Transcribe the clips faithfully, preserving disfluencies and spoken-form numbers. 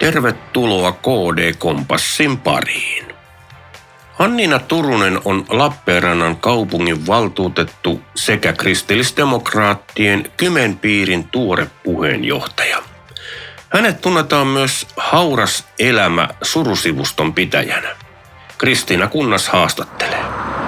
Tervetuloa K D-kompassin pariin. Hannina Turunen on Lappeenrannan kaupungin valtuutettu sekä kristillisdemokraattien Kymen piirin tuore puheenjohtaja. Hänet tunnetaan myös Hauras elämä surusivuston pitäjänä. Kristiina Kunnas haastattelee.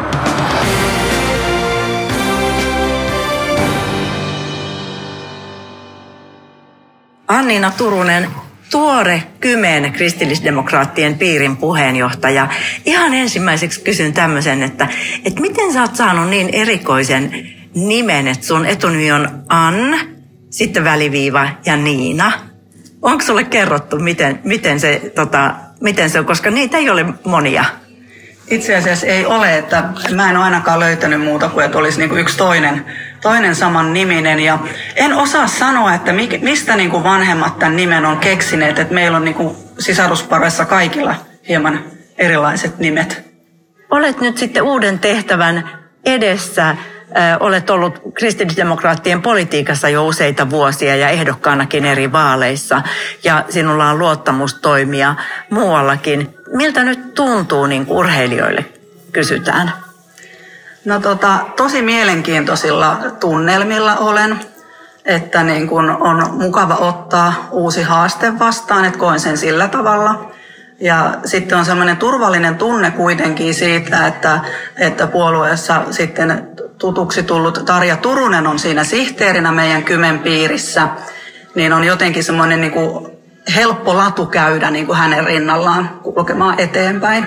Hannina Turunen, tuore Kymen kristillisdemokraattien piirin puheenjohtaja. Ihan ensimmäiseksi kysyn tämmöisen, että, että miten sä oot saanut niin erikoisen nimen, että sun etunimi on Ann, sitten väliviiva ja Niina. Onko sulle kerrottu, miten, miten, se, tota, miten se on, koska niitä ei ole monia? Itse asiassa ei ole, että mä en ole ainakaan löytänyt muuta kuin, että olisi niinku yksi toinen, toinen saman niminen. Ja en osaa sanoa, että mistä niinku vanhemmat tämän nimen on keksineet, että meillä on niinku sisaruspareissa kaikilla hieman erilaiset nimet. Olet nyt sitten uuden tehtävän edessä. Äh, olet ollut kristillisdemokraattien politiikassa jo useita vuosia ja ehdokkaanakin eri vaaleissa. Ja sinulla on luottamus toimia muuallakin. Miltä nyt tuntuu, niin kuin urheilijoille kysytään? No tota, tosi mielenkiintoisilla tunnelmilla olen, että niin kun on mukava ottaa uusi haaste vastaan, että koen sen sillä tavalla. Ja sitten on sellainen turvallinen tunne kuitenkin siitä, että, että puolueessa sitten tutuksi tullut Tarja Turunen on siinä sihteerinä meidän Kymen piirissä, niin on jotenkin semmoinen niin kuin helppo latu käydä niin kuin hänen rinnallaan kulkemaan eteenpäin.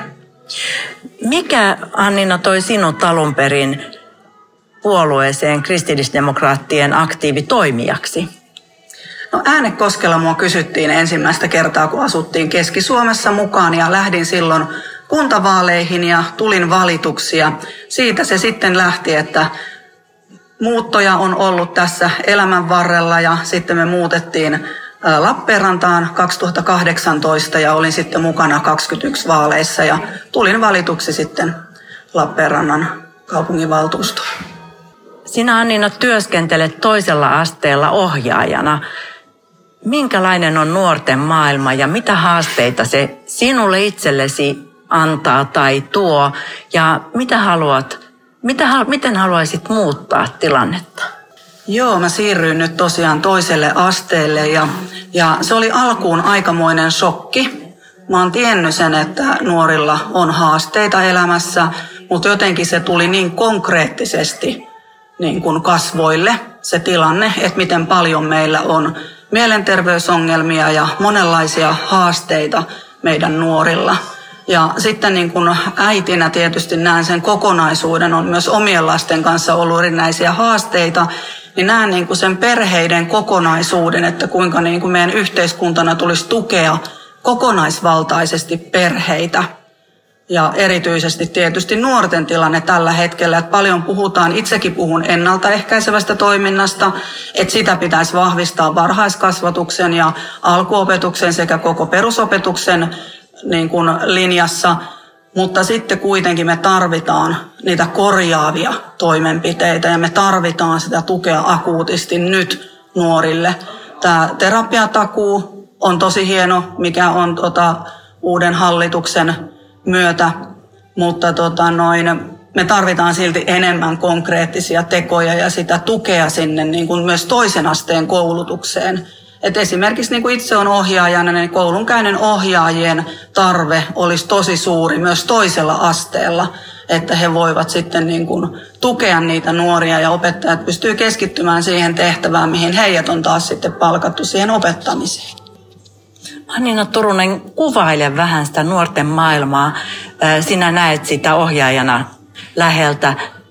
Mikä, Hannina, toi sinut alun perin puolueeseen kristillisdemokraattien aktiivitoimijaksi? No Äänekoskella mua kysyttiin ensimmäistä kertaa, kun asuttiin Keski-Suomessa mukaan ja lähdin silloin kuntavaaleihin ja tulin valituksi. Ja siitä se sitten lähti, että muuttoja on ollut tässä elämän varrella ja sitten me muutettiin Lappeenrantaan kaksituhattakahdeksantoista ja olin sitten mukana kaksikymmentäyksi vaaleissa ja tulin valituksi sitten Lappeenrannan kaupunginvaltuustoon. Sinä, Hannina, työskentelet toisella asteella ohjaajana. Minkälainen on nuorten maailma ja mitä haasteita se sinulle itsellesi antaa tai tuo ja mitä haluat, mitä, miten haluaisit muuttaa tilannetta? Joo, mä siirryin nyt tosiaan toiselle asteelle ja, ja se oli alkuun aikamoinen shokki. Mä oon tiennyt sen, että nuorilla on haasteita elämässä, mutta jotenkin se tuli niin konkreettisesti niin kuin kasvoille se tilanne, että miten paljon meillä on mielenterveysongelmia ja monenlaisia haasteita meidän nuorilla. Ja sitten niin kuin äitinä tietysti näen sen kokonaisuuden, on myös omien lasten kanssa ollut erinäisiä haasteita, niin näen niin kuin sen perheiden kokonaisuuden, että kuinka niin kuin meidän yhteiskuntana tulisi tukea kokonaisvaltaisesti perheitä. Ja erityisesti tietysti nuorten tilanne tällä hetkellä, että paljon puhutaan, itsekin puhun ennaltaehkäisevästä toiminnasta, että sitä pitäisi vahvistaa varhaiskasvatuksen ja alkuopetuksen sekä koko perusopetuksen niin kuin linjassa, mutta sitten kuitenkin me tarvitaan niitä korjaavia toimenpiteitä ja me tarvitaan sitä tukea akuutisti nyt nuorille. Tämä terapiatakuu on tosi hieno, mikä on tota, uuden hallituksen myötä, mutta tota, noin, me tarvitaan silti enemmän konkreettisia tekoja ja sitä tukea sinne niin kuin myös toisen asteen koulutukseen. Et esimerkiksi niin kuin itse on ohjaajana, niin koulunkäynnin ohjaajien tarve olisi tosi suuri myös toisella asteella, että he voivat sitten niin kuin tukea niitä nuoria ja opettajat pystyy keskittymään siihen tehtävään, mihin heidät on taas sitten palkattu siihen opettamiseen. Hannina Turunen, kuvaile vähän sitä nuorten maailmaa. Sinä näet sitä ohjaajana läheltä.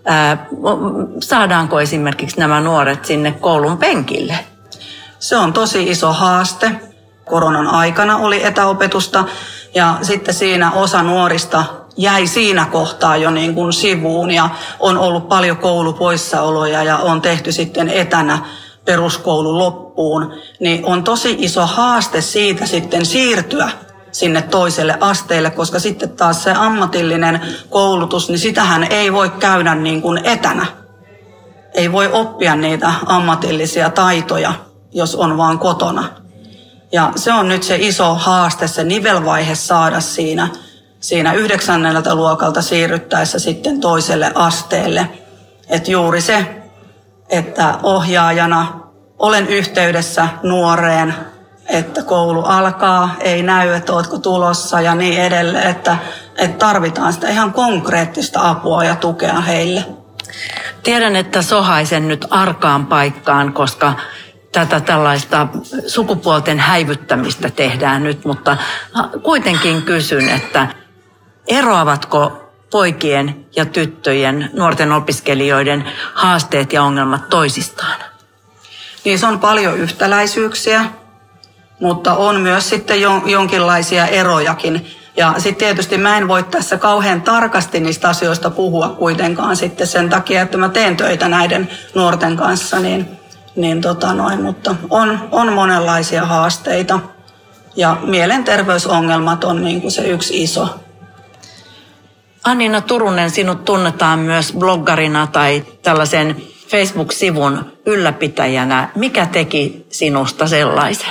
Saadaanko esimerkiksi nämä nuoret sinne koulun penkille? Se on tosi iso haaste. Koronan aikana oli etäopetusta ja sitten siinä osa nuorista jäi siinä kohtaa jo niin kuin sivuun ja on ollut paljon koulupoissaoloja ja on tehty sitten etänä peruskoulun loppuun, niin on tosi iso haaste siitä sitten siirtyä sinne toiselle asteelle, koska sitten taas se ammatillinen koulutus, niin sitähän ei voi käydä niin kuin etänä. Ei voi oppia niitä ammatillisia taitoja, jos on vaan kotona. Ja se on nyt se iso haaste, se nivelvaihe saada siinä, siinä yhdeksänneltä luokalta siirryttäessä sitten toiselle asteelle. Että juuri se, että ohjaajana olen yhteydessä nuoreen, että koulu alkaa, ei näy, että ootko tulossa ja niin edelleen, että, että tarvitaan sitä ihan konkreettista apua ja tukea heille. Tiedän, että sohaisen nyt arkaan paikkaan, koska tätä tällaista sukupuolten häivyttämistä tehdään nyt, mutta kuitenkin kysyn, että eroavatko poikien ja tyttöjen, nuorten opiskelijoiden haasteet ja ongelmat toisistaan? Niissä on paljon yhtäläisyyksiä, mutta on myös sitten jonkinlaisia erojakin. Ja sitten tietysti mä en voi tässä kauhean tarkasti niistä asioista puhua kuitenkaan sitten sen takia, että mä teen töitä näiden nuorten kanssa, niin, niin tota noin, mutta on, on monenlaisia haasteita. Ja mielenterveysongelmat on niin kuin se yksi iso. Anniina Turunen, sinut tunnetaan myös bloggarina tai tällaisen Facebook-sivun ylläpitäjänä. Mikä teki sinusta sellaisen?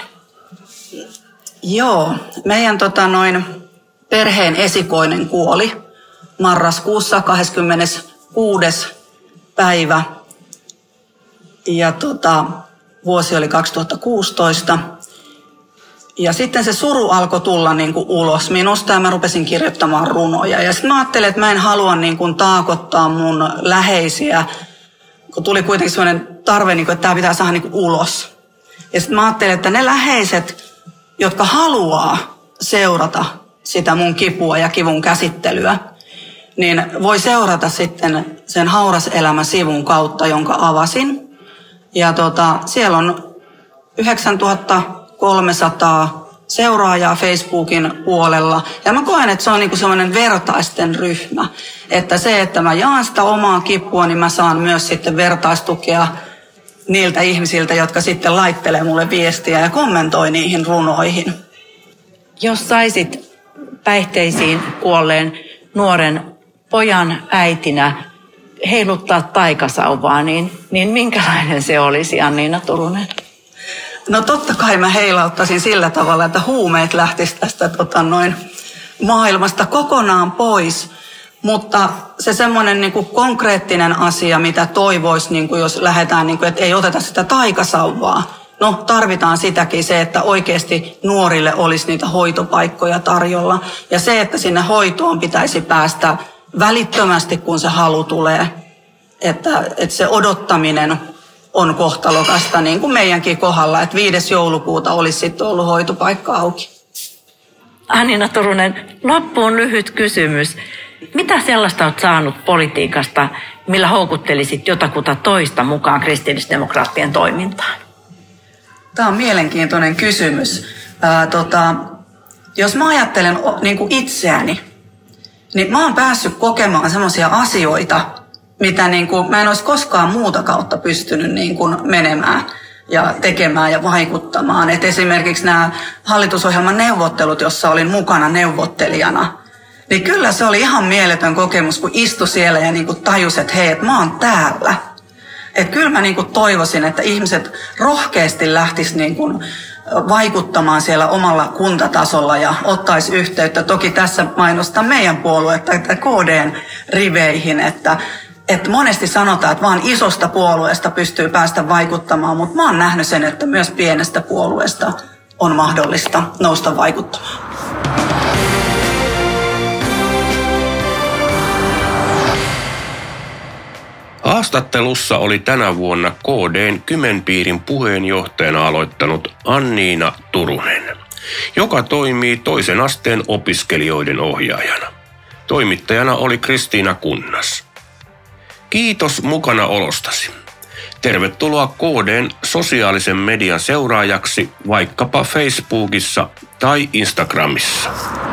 Joo, meidän tota noin, perheen esikoinen kuoli marraskuussa kahdeskymmeneskuudes päivä ja tota, vuosi oli kaksituhattakuusitoista. Ja sitten se suru alkoi tulla niin kuin ulos minusta ja mä rupesin kirjoittamaan runoja. Ja sitten mä ajattelin, että mä en halua niin kuin taakottaa mun läheisiä, kun tuli kuitenkin sellainen tarve, niin kuin, että tämä pitää saada niin kuin ulos. Ja sitten mä ajattelin, että ne läheiset, jotka haluaa seurata sitä mun kipua ja kivun käsittelyä, niin voi seurata sitten sen Hauras elämä-sivun kautta, jonka avasin. Ja tota, siellä on yhdeksäntuhatta kolmesataa seuraajaa Facebookin puolella. Ja mä koen, että se on niinku sellainen vertaisten ryhmä. Että se, että mä jaan sitä omaa kipua, niin mä saan myös sitten vertaistukea niiltä ihmisiltä, jotka sitten laittelee mulle viestiä ja kommentoi niihin runoihin. Jos saisit päihteisiin kuolleen nuoren pojan äitinä heiluttaa taikasauvaa, niin, niin minkälainen se olisi, Anniina Turunen? No totta kai mä heilauttaisin sillä tavalla, että huumeet lähtisivät tästä tota, noin, maailmasta kokonaan pois. Mutta se semmoinen niin kuin konkreettinen asia, mitä toivoisi, niin kuin jos lähdetään, niin kuin, että ei oteta sitä taikasauvaa. No tarvitaan sitäkin se, että oikeasti nuorille olisi niitä hoitopaikkoja tarjolla. Ja se, että sinne hoitoon pitäisi päästä välittömästi, kun se halu tulee. Että, että se odottaminen on kohtalokasta, niin kuin meidänkin kohdalla, että viides joulukuuta olisi sitten ollut hoitopaikka auki. Anniina Turunen, loppuun lyhyt kysymys. Mitä sellaista olet saanut politiikasta, millä houkuttelisit jotakuta toista mukaan kristillisdemokraattien toimintaan? Tämä on mielenkiintoinen kysymys. Ää, tota, jos mä ajattelen niin kuin itseäni, niin mä oon päässyt kokemaan sellaisia asioita, mitä niin kuin, mä en olisi koskaan muuta kautta pystynyt niin kuin menemään ja tekemään ja vaikuttamaan. Et esimerkiksi nämä hallitusohjelman neuvottelut, jossa olin mukana neuvottelijana, niin kyllä se oli ihan mieletön kokemus, kun istui siellä ja niin kuin tajusi, että hei, että mä oon täällä. Että kyllä mä niin kuin toivoisin, että ihmiset rohkeasti lähtis niin kuin vaikuttamaan siellä omalla kuntatasolla ja ottaisi yhteyttä. Toki tässä mainostan meidän puoluetta, että K D:n riveihin, että Että monesti sanotaan, että vaan isosta puolueesta pystyy päästä vaikuttamaan, mutta mä oon nähnyt sen, että myös pienestä puolueesta on mahdollista nousta vaikuttamaan. Haastattelussa oli tänä vuonna K D:n Kymenpiirin puheenjohtajana aloittanut Anniina Turunen, joka toimii toisen asteen opiskelijoiden ohjaajana. Toimittajana oli Kristiina Kunnas. Kiitos mukana olostasi. Tervetuloa K D:n sosiaalisen median seuraajaksi vaikkapa Facebookissa tai Instagramissa.